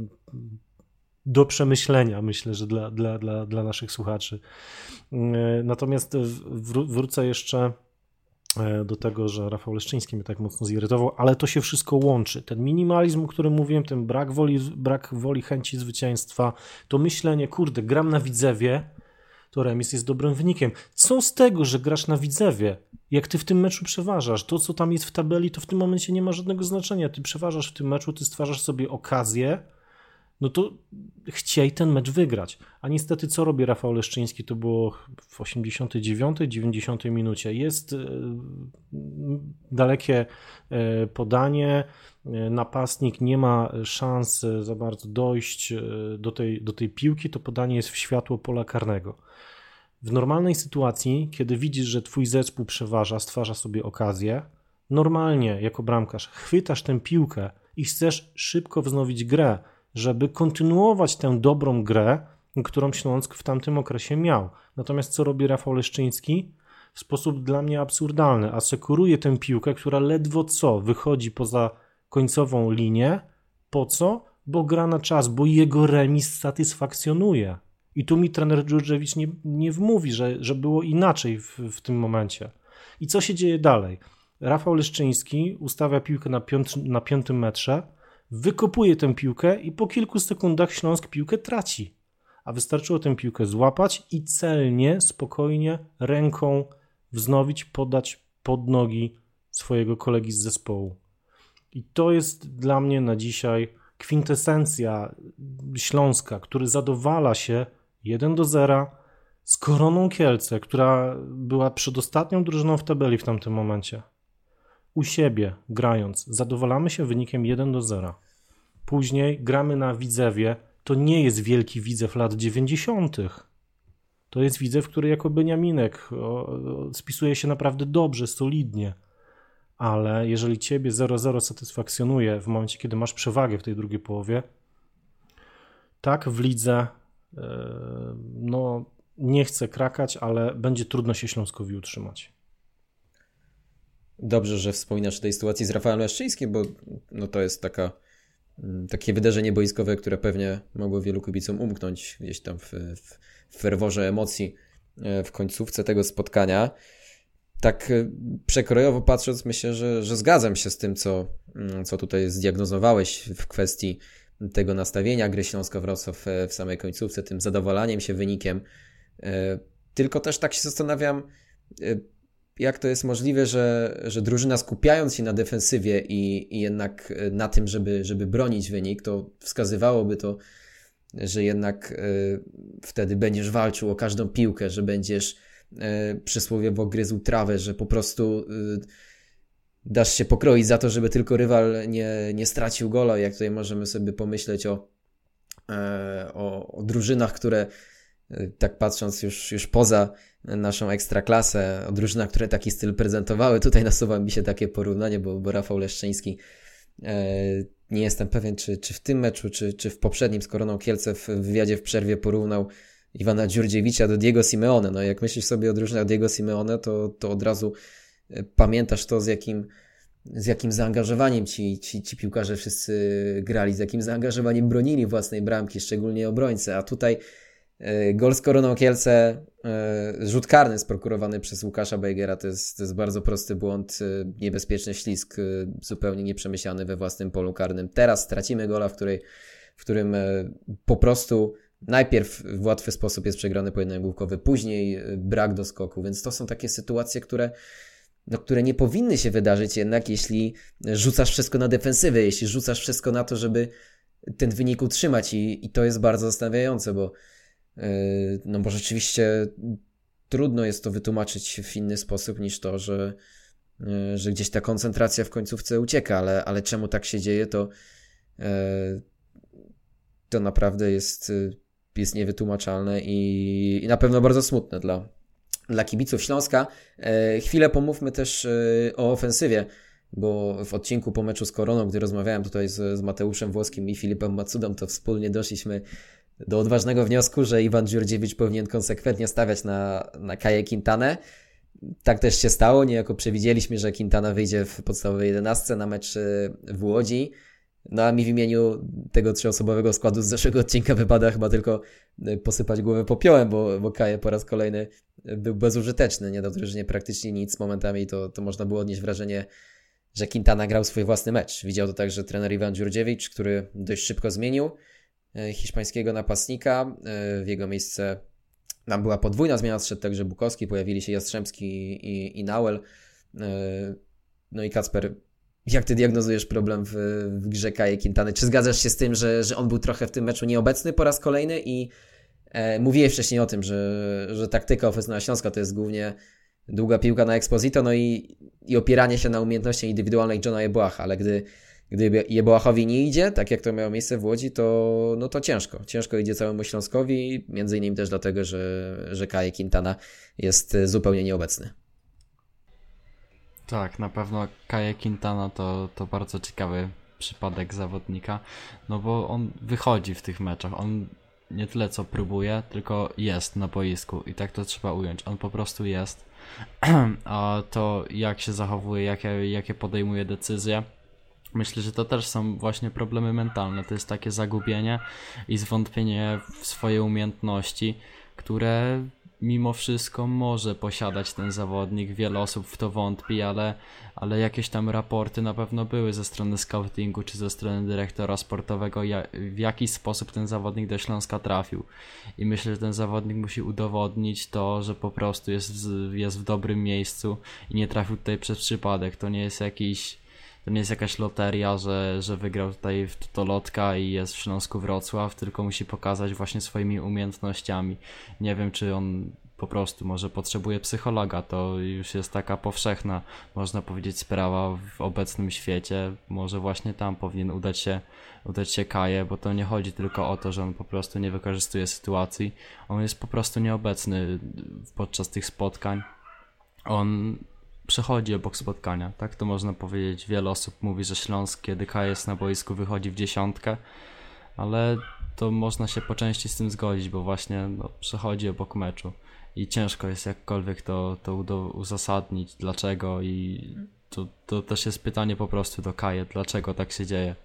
do przemyślenia, myślę, że dla, dla, dla, dla naszych słuchaczy. Natomiast wró- wrócę jeszcze do tego, że Rafał Leszczyński mnie tak mocno zirytował, ale to się wszystko łączy. Ten minimalizm, o którym mówiłem, ten brak woli, brak woli, chęci zwycięstwa, to myślenie, kurde, gram na Widzewie, to remis jest dobrym wynikiem. Co z tego, że grasz na Widzewie? Jak ty w tym meczu przeważasz? To, co tam jest w tabeli, to w tym momencie nie ma żadnego znaczenia. Ty przeważasz w tym meczu, ty stwarzasz sobie okazję, no to chciej ten mecz wygrać. A niestety co robi Rafał Leszczyński? To było w osiemdziesiątej dziewiątej dziewięćdziesiątej minucie. Jest dalekie podanie, napastnik nie ma szans za bardzo dojść do tej, do tej piłki, to podanie jest w światło pola karnego. W normalnej sytuacji, kiedy widzisz, że twój zespół przeważa, stwarza sobie okazję, normalnie jako bramkarz chwytasz tę piłkę i chcesz szybko wznowić grę, żeby kontynuować tę dobrą grę, którą Śląsk w tamtym okresie miał. Natomiast co robi Rafał Leszczyński? W sposób dla mnie absurdalny. Asekuruje tę piłkę, która ledwo co wychodzi poza końcową linię. Po co? Bo gra na czas, bo jego remis satysfakcjonuje. I tu mi trener Dżurdżewicz nie, nie wmówi, że, że było inaczej w, w tym momencie. I co się dzieje dalej? Rafał Leszczyński ustawia piłkę na, piąt, na piątym metrze, wykopuje tę piłkę i po kilku sekundach Śląsk piłkę traci. A wystarczyło tę piłkę złapać i celnie, spokojnie, ręką wznowić, podać pod nogi swojego kolegi z zespołu. I to jest dla mnie na dzisiaj kwintesencja Śląska, który zadowala się jeden do zera z Koroną Kielce, która była przedostatnią drużyną w tabeli w tamtym momencie. U siebie grając, zadowalamy się wynikiem jeden do zera. Później gramy na Widzewie. To nie jest wielki Widzew lat dziewięćdziesiątych. To jest Widzew, który jako Beniaminek o, o, spisuje się naprawdę dobrze, solidnie. Ale jeżeli ciebie zero zero satysfakcjonuje w momencie, kiedy masz przewagę w tej drugiej połowie, tak w lidze yy, no nie chcę krakać, ale będzie trudno się Śląskowi utrzymać. Dobrze, że wspominasz o tej sytuacji z Rafałem Leszczyńskim, bo no to jest taka, takie wydarzenie boiskowe, które pewnie mogło wielu kibicom umknąć gdzieś tam w, w, w ferworze emocji w końcówce tego spotkania. Tak przekrojowo patrząc, myślę, że, że zgadzam się z tym, co, co tutaj zdiagnozowałeś w kwestii tego nastawienia gry Śląska-Wrocław w samej końcówce, tym zadowalaniem się wynikiem. Tylko też tak się zastanawiam, jak to jest możliwe, że, że drużyna skupiając się na defensywie i, i jednak na tym, żeby, żeby bronić wynik, to wskazywałoby to, że jednak y, wtedy będziesz walczył o każdą piłkę, że będziesz y, przysłowiowo gryzł trawę, że po prostu y, dasz się pokroić za to, żeby tylko rywal nie, nie stracił gola. Jak tutaj możemy sobie pomyśleć o, y, o, o drużynach, które y, tak patrząc już, już poza naszą ekstraklasę, o drużynach, które taki styl prezentowały. Tutaj nasuwa mi się takie porównanie, bo, bo Rafał Leszczyński e, nie jestem pewien, czy, czy w tym meczu, czy, czy w poprzednim z Koroną Kielce w wywiadzie w przerwie porównał Iwana Dziurdziewicza do Diego Simeone. No jak myślisz sobie o drużynach Diego Simeone, to, to od razu pamiętasz to, z jakim z jakim zaangażowaniem ci, ci, ci piłkarze wszyscy grali, z jakim zaangażowaniem bronili własnej bramki, szczególnie obrońcy, a tutaj gol z Koroną Kielce, rzut karny sprokurowany przez Łukasza Bejgera, to jest, to jest bardzo prosty błąd, niebezpieczny ślizg, zupełnie nieprzemyślany we własnym polu karnym. Teraz stracimy gola, w, której, w którym po prostu najpierw w łatwy sposób jest przegrany pojedynek główkowy, później brak doskoku, więc to są takie sytuacje, które, no, które nie powinny się wydarzyć jednak, jeśli rzucasz wszystko na defensywę, jeśli rzucasz wszystko na to, żeby ten wynik utrzymać i, i to jest bardzo zastanawiające, bo no bo rzeczywiście trudno jest to wytłumaczyć w inny sposób niż to, że, że gdzieś ta koncentracja w końcówce ucieka, ale, ale czemu tak się dzieje, to, to naprawdę jest, jest niewytłumaczalne i, i na pewno bardzo smutne dla, dla kibiców Śląska. Chwilę pomówmy też o ofensywie, bo w odcinku po meczu z Koroną, gdy rozmawiałem tutaj z, z Mateuszem Włoskim i Filipem Matsudą, to wspólnie doszliśmy do odważnego wniosku, że Iwan Dziurdziewicz powinien konsekwentnie stawiać na, na Kaję Quintanę. Tak też się stało. Niejako przewidzieliśmy, że Quintana wyjdzie w podstawowej jedenastce na mecz w Łodzi. No a mi w imieniu tego trzyosobowego składu z zeszłego odcinka wypada chyba tylko posypać głowę popiołem, bo, bo Kaję po raz kolejny był bezużyteczny. Nie dał drużynie praktycznie nic. Momentami to, to można było odnieść wrażenie, że Quintana grał swój własny mecz. Widział to także trener Iwan Dziurdziewicz, który dość szybko zmienił hiszpańskiego napastnika. W jego miejsce nam była podwójna zmiana, zszedł także Bukowski, pojawili się Jastrzębski i, i Nauel. No i Kacper, jak ty diagnozujesz problem w, w grze Kaje Quintany? Czy zgadzasz się z tym, że, że on był trochę w tym meczu nieobecny po raz kolejny i e, mówiłeś wcześniej o tym, że, że taktyka ofensywna Śląska to jest głównie długa piłka na Exposito, no i, i opieranie się na umiejętnościach indywidualnych Johna Jeboacha, ale gdy Gdy Jeboachowi nie idzie, tak jak to miało miejsce w Łodzi, to, no to ciężko. Ciężko idzie całemu Śląskowi, między innymi też dlatego, że, że Kaje Quintana jest zupełnie nieobecny. Tak, na pewno Kaję Quintana to, to bardzo ciekawy przypadek zawodnika, no bo on wychodzi w tych meczach, on nie tyle co próbuje, tylko jest na boisku i tak to trzeba ująć, on po prostu jest, a to jak się zachowuje, jakie, jakie podejmuje decyzje, myślę, że to też są właśnie problemy mentalne, to jest takie zagubienie i zwątpienie w swoje umiejętności, które mimo wszystko może posiadać ten zawodnik, wiele osób w to wątpi, ale, ale jakieś tam raporty na pewno były ze strony scoutingu czy ze strony dyrektora sportowego, jak, w jaki sposób ten zawodnik do Śląska trafił i myślę, że ten zawodnik musi udowodnić to, że po prostu jest w, jest w dobrym miejscu i nie trafił tutaj przez przypadek, to nie jest jakiś To nie jest jakaś loteria, że, że wygrał tutaj w Totolotka i jest w Śląsku Wrocław, tylko musi pokazać właśnie swoimi umiejętnościami. Nie wiem, czy on po prostu może potrzebuje psychologa, to już jest taka powszechna, można powiedzieć, sprawa w obecnym świecie. Może właśnie tam powinien udać się, udać się Kaję, bo to nie chodzi tylko o to, że on po prostu nie wykorzystuje sytuacji. On jest po prostu nieobecny podczas tych spotkań. On przechodzi obok spotkania, tak to można powiedzieć. Wiele osób mówi, że Śląsk, kiedy Kaja jest na boisku, wychodzi w dziesiątkę, ale to można się po części z tym zgodzić, bo właśnie no, przechodzi obok meczu i ciężko jest jakkolwiek to, to uzasadnić, dlaczego i to, to też jest pytanie po prostu do Kaje, dlaczego tak się dzieje.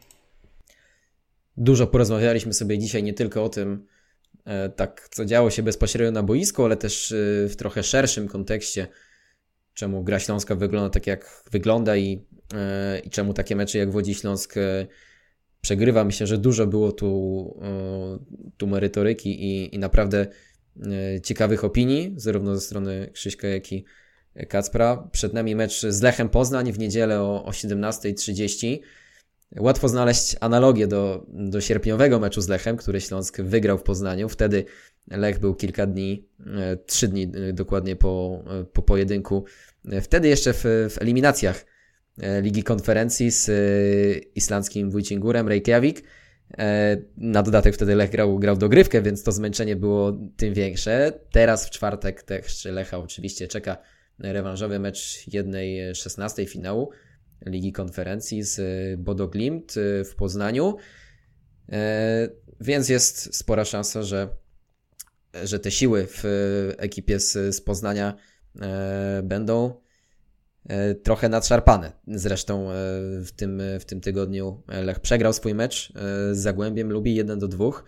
Dużo porozmawialiśmy sobie dzisiaj nie tylko o tym, tak co działo się bezpośrednio na boisku, ale też w trochę szerszym kontekście, czemu gra Śląska wygląda tak, jak wygląda i, yy, i czemu takie mecze jak w Łodzi Śląsk yy, przegrywa. Myślę, że dużo było tu, yy, tu merytoryki i, i naprawdę yy, ciekawych opinii, zarówno ze strony Krzyśka, jak i Kacpra. Przed nami mecz z Lechem Poznań w niedzielę o, o siedemnasta trzydzieści. Łatwo znaleźć analogię do, do sierpniowego meczu z Lechem, który Śląsk wygrał w Poznaniu. Wtedy Lech był kilka dni, trzy dni dokładnie po, po pojedynku. Wtedy jeszcze w, w eliminacjach Ligi Konferencji z islandzkim Vujcingurem Reykjavik. Na dodatek wtedy Lech grał, grał dogrywkę, więc to zmęczenie było tym większe. Teraz w czwartek też Lecha oczywiście czeka rewanżowy mecz jednej szesnastej finału Ligi Konferencji z Bodo Glimt w Poznaniu. Więc jest spora szansa, że że te siły w ekipie z, z Poznania e, będą trochę nadszarpane. Zresztą w tym, w tym tygodniu Lech przegrał swój mecz z Zagłębiem Lubin jeden do dwóch.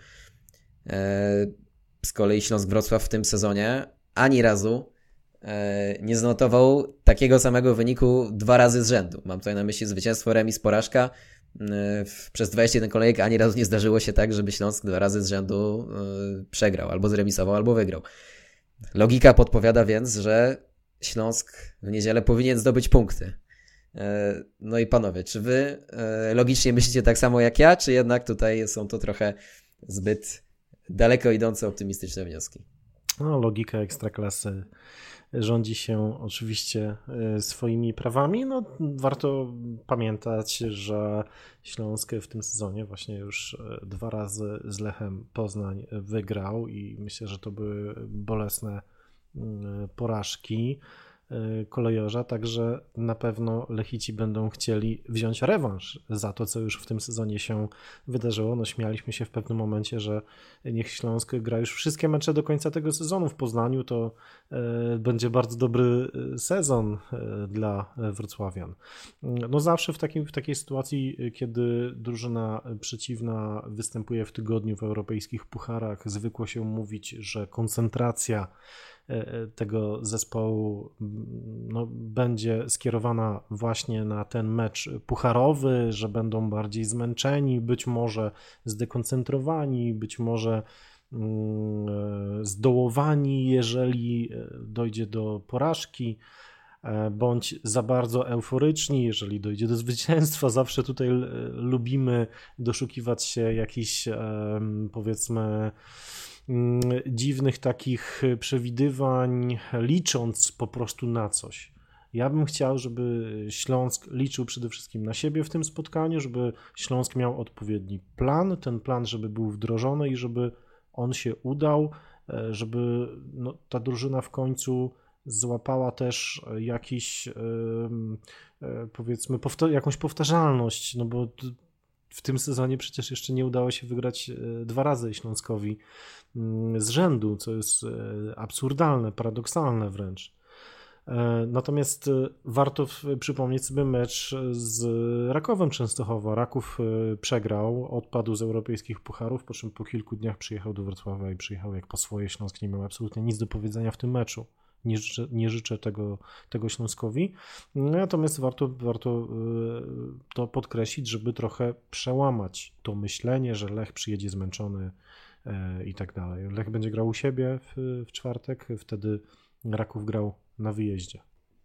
Z kolei Śląsk Wrocław w tym sezonie ani razu nie zanotował takiego samego wyniku dwa razy z rzędu. Mam tutaj na myśli zwycięstwo, remis, porażka. Przez dwadzieścia jeden kolejek ani razu nie zdarzyło się tak, żeby Śląsk dwa razy z rzędu przegrał, albo zremisował, albo wygrał. Logika podpowiada więc, że Śląsk w niedzielę powinien zdobyć punkty. No i panowie, czy wy logicznie myślicie tak samo jak ja, czy jednak tutaj są to trochę zbyt daleko idące optymistyczne wnioski? No, logika Ekstraklasy rządzi się oczywiście swoimi prawami. No, warto pamiętać, że Śląsk w tym sezonie właśnie już dwa razy z Lechem Poznań wygrał i myślę, że to były bolesne porażki kolejorza, także na pewno Lechici będą chcieli wziąć rewanż za to, co już w tym sezonie się wydarzyło. No, śmialiśmy się w pewnym momencie, że niech Śląsk gra już wszystkie mecze do końca tego sezonu w Poznaniu, to e, będzie bardzo dobry sezon e, dla wrocławian. No zawsze w, takim, w takiej sytuacji, kiedy drużyna przeciwna występuje w tygodniu w europejskich pucharach, zwykło się mówić, że koncentracja tego zespołu no, będzie skierowana właśnie na ten mecz pucharowy, że będą bardziej zmęczeni, być może zdekoncentrowani, być może mm, zdołowani, jeżeli dojdzie do porażki, bądź za bardzo euforyczni, jeżeli dojdzie do zwycięstwa. Zawsze tutaj lubimy doszukiwać się jakichś, powiedzmy, dziwnych takich przewidywań, licząc po prostu na coś. Ja bym chciał, żeby Śląsk liczył przede wszystkim na siebie w tym spotkaniu, żeby Śląsk miał odpowiedni plan, ten plan, żeby był wdrożony i żeby on się udał, żeby no, ta drużyna w końcu złapała też jakiś, powiedzmy, powta- jakąś powtarzalność, no bo w tym sezonie przecież jeszcze nie udało się wygrać dwa razy Śląskowi z rzędu, co jest absurdalne, paradoksalne wręcz. Natomiast warto przypomnieć sobie mecz z Rakowem Częstochowa. Raków przegrał, odpadł z europejskich pucharów, po czym po kilku dniach przyjechał do Wrocławia i przyjechał jak po swoje. Śląsk nie miał absolutnie nic do powiedzenia w tym meczu. Nie życzę, nie życzę tego, tego Śląskowi. Natomiast warto, warto to podkreślić, żeby trochę przełamać to myślenie, że Lech przyjedzie zmęczony i tak dalej. Lech będzie grał u siebie w, w czwartek, wtedy Raków grał na wyjeździe.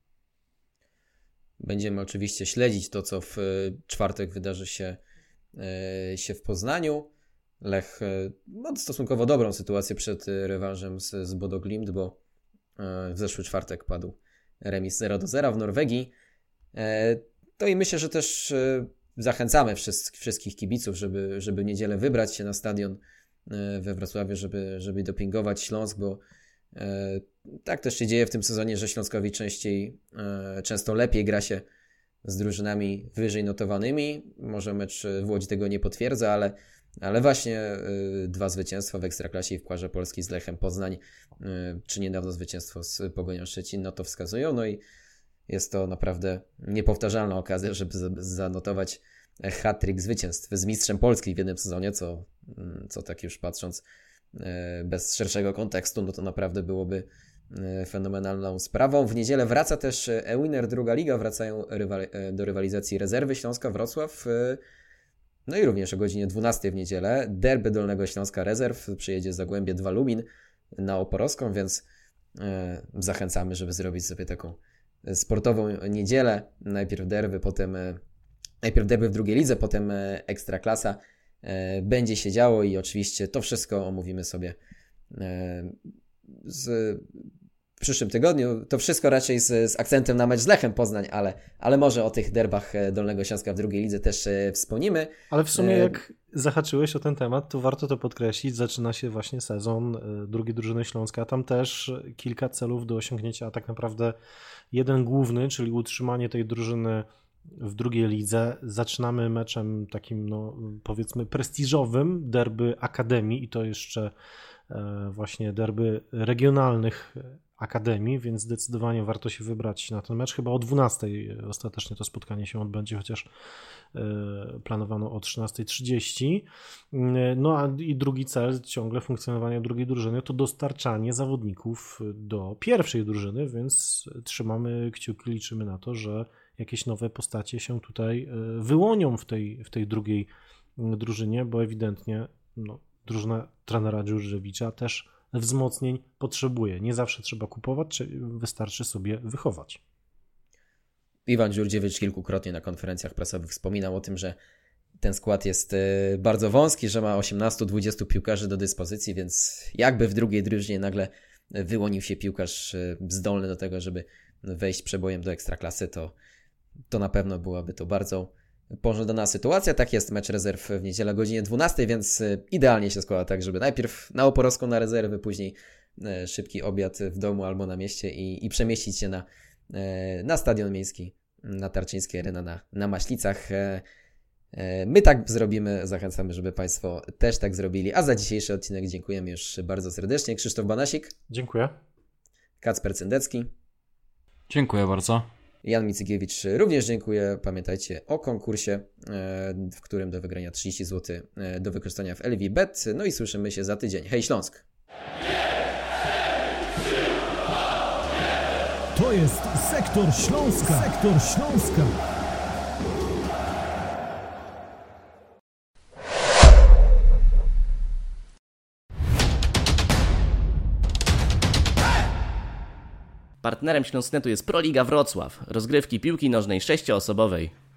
Będziemy oczywiście śledzić to, co w czwartek wydarzy się, się w Poznaniu. Lech ma stosunkowo dobrą sytuację przed rewanżem z, z Bodo Glimt, bo w zeszły czwartek padł remis zero do zera w Norwegii. To i myślę, że też zachęcamy wszystkich kibiców, żeby, żeby w niedzielę wybrać się na stadion we Wrocławiu, żeby, żeby dopingować Śląsk, bo tak też się dzieje w tym sezonie, że Śląskowi częściej, często lepiej gra się z drużynami wyżej notowanymi. Może mecz w Łodzi tego nie potwierdza, ale, ale właśnie dwa zwycięstwa w Ekstraklasie i w Pucharze Polski z Lechem Poznań, czy niedawno zwycięstwo z Pogonią Szczecin, no to wskazują. No i jest to naprawdę niepowtarzalna okazja, żeby zanotować hat-trick zwycięstw z mistrzem Polski w jednym sezonie, co, co tak już patrząc bez szerszego kontekstu, no to naprawdę byłoby fenomenalną sprawą. W niedzielę wraca też E-Winner, druga liga, wracają rywali- do rywalizacji rezerwy Śląska Wrocław. No i również o godzinie dwunastej w niedzielę derby Dolnego Śląska Rezerw, przyjedzie Zagłębie dwa Lubin na Oporowską, więc zachęcamy, żeby zrobić sobie taką sportową niedzielę. Najpierw derby, potem najpierw derby w drugiej lidze, potem Ekstraklasa. Będzie się działo i oczywiście to wszystko omówimy sobie z, w przyszłym tygodniu. To wszystko raczej z, z akcentem na mecz z Lechem Poznań, ale, ale może o tych derbach Dolnego Śląska w drugiej lidze też wspomnimy. Ale w sumie jak zahaczyłeś o ten temat, to warto to podkreślić. Zaczyna się właśnie sezon drugiej drużyny Śląska. Tam też kilka celów do osiągnięcia, a tak naprawdę jeden główny, czyli utrzymanie tej drużyny w drugiej lidze. Zaczynamy meczem takim, no, powiedzmy, prestiżowym, derby Akademii i to jeszcze e, właśnie derby regionalnych Akademii, więc zdecydowanie warto się wybrać na ten mecz. Chyba o dwunastej ostatecznie to spotkanie się odbędzie, chociaż planowano o trzynastej trzydzieści. No a i drugi cel ciągle funkcjonowania drugiej drużyny to dostarczanie zawodników do pierwszej drużyny, więc trzymamy kciuki, liczymy na to, że jakieś nowe postacie się tutaj wyłonią w tej, w tej drugiej drużynie, bo ewidentnie no, drużyna trenera Dżurdżewicza też wzmocnień potrzebuje. Nie zawsze trzeba kupować, czy wystarczy sobie wychować. Iwan Dżurdziewicz kilkukrotnie na konferencjach prasowych wspominał o tym, że ten skład jest bardzo wąski, że ma osiemnastu dwudziestu piłkarzy do dyspozycji, więc jakby w drugiej drużynie nagle wyłonił się piłkarz zdolny do tego, żeby wejść przebojem do Ekstraklasy, to, to na pewno byłaby to bardzo pożądana sytuacja. Tak jest, mecz rezerw w niedzielę o godzinie dwunastej, więc idealnie się składa tak, żeby najpierw na Oporowską na rezerwy, później szybki obiad w domu albo na mieście i, i przemieścić się na, na Stadion Miejski, na Tarczyńskiej Arena na, na Maślicach. My tak zrobimy, zachęcamy, żeby Państwo też tak zrobili. A za dzisiejszy odcinek dziękujemy już bardzo serdecznie. Krzysztof Banasik. Dziękuję. Kacper Cyndecki. Dziękuję bardzo. Jan Micygiewicz również dziękuję. Pamiętajcie o konkursie, w którym do wygrania trzydzieści złotych do wykorzystania w L V Bet. No i słyszymy się za tydzień. Hej Śląsk! To jest Sektor Śląska. Sektor Śląska. Partnerem Śląsknetu jest Proliga Wrocław, rozgrywki piłki nożnej sześcioosobowej.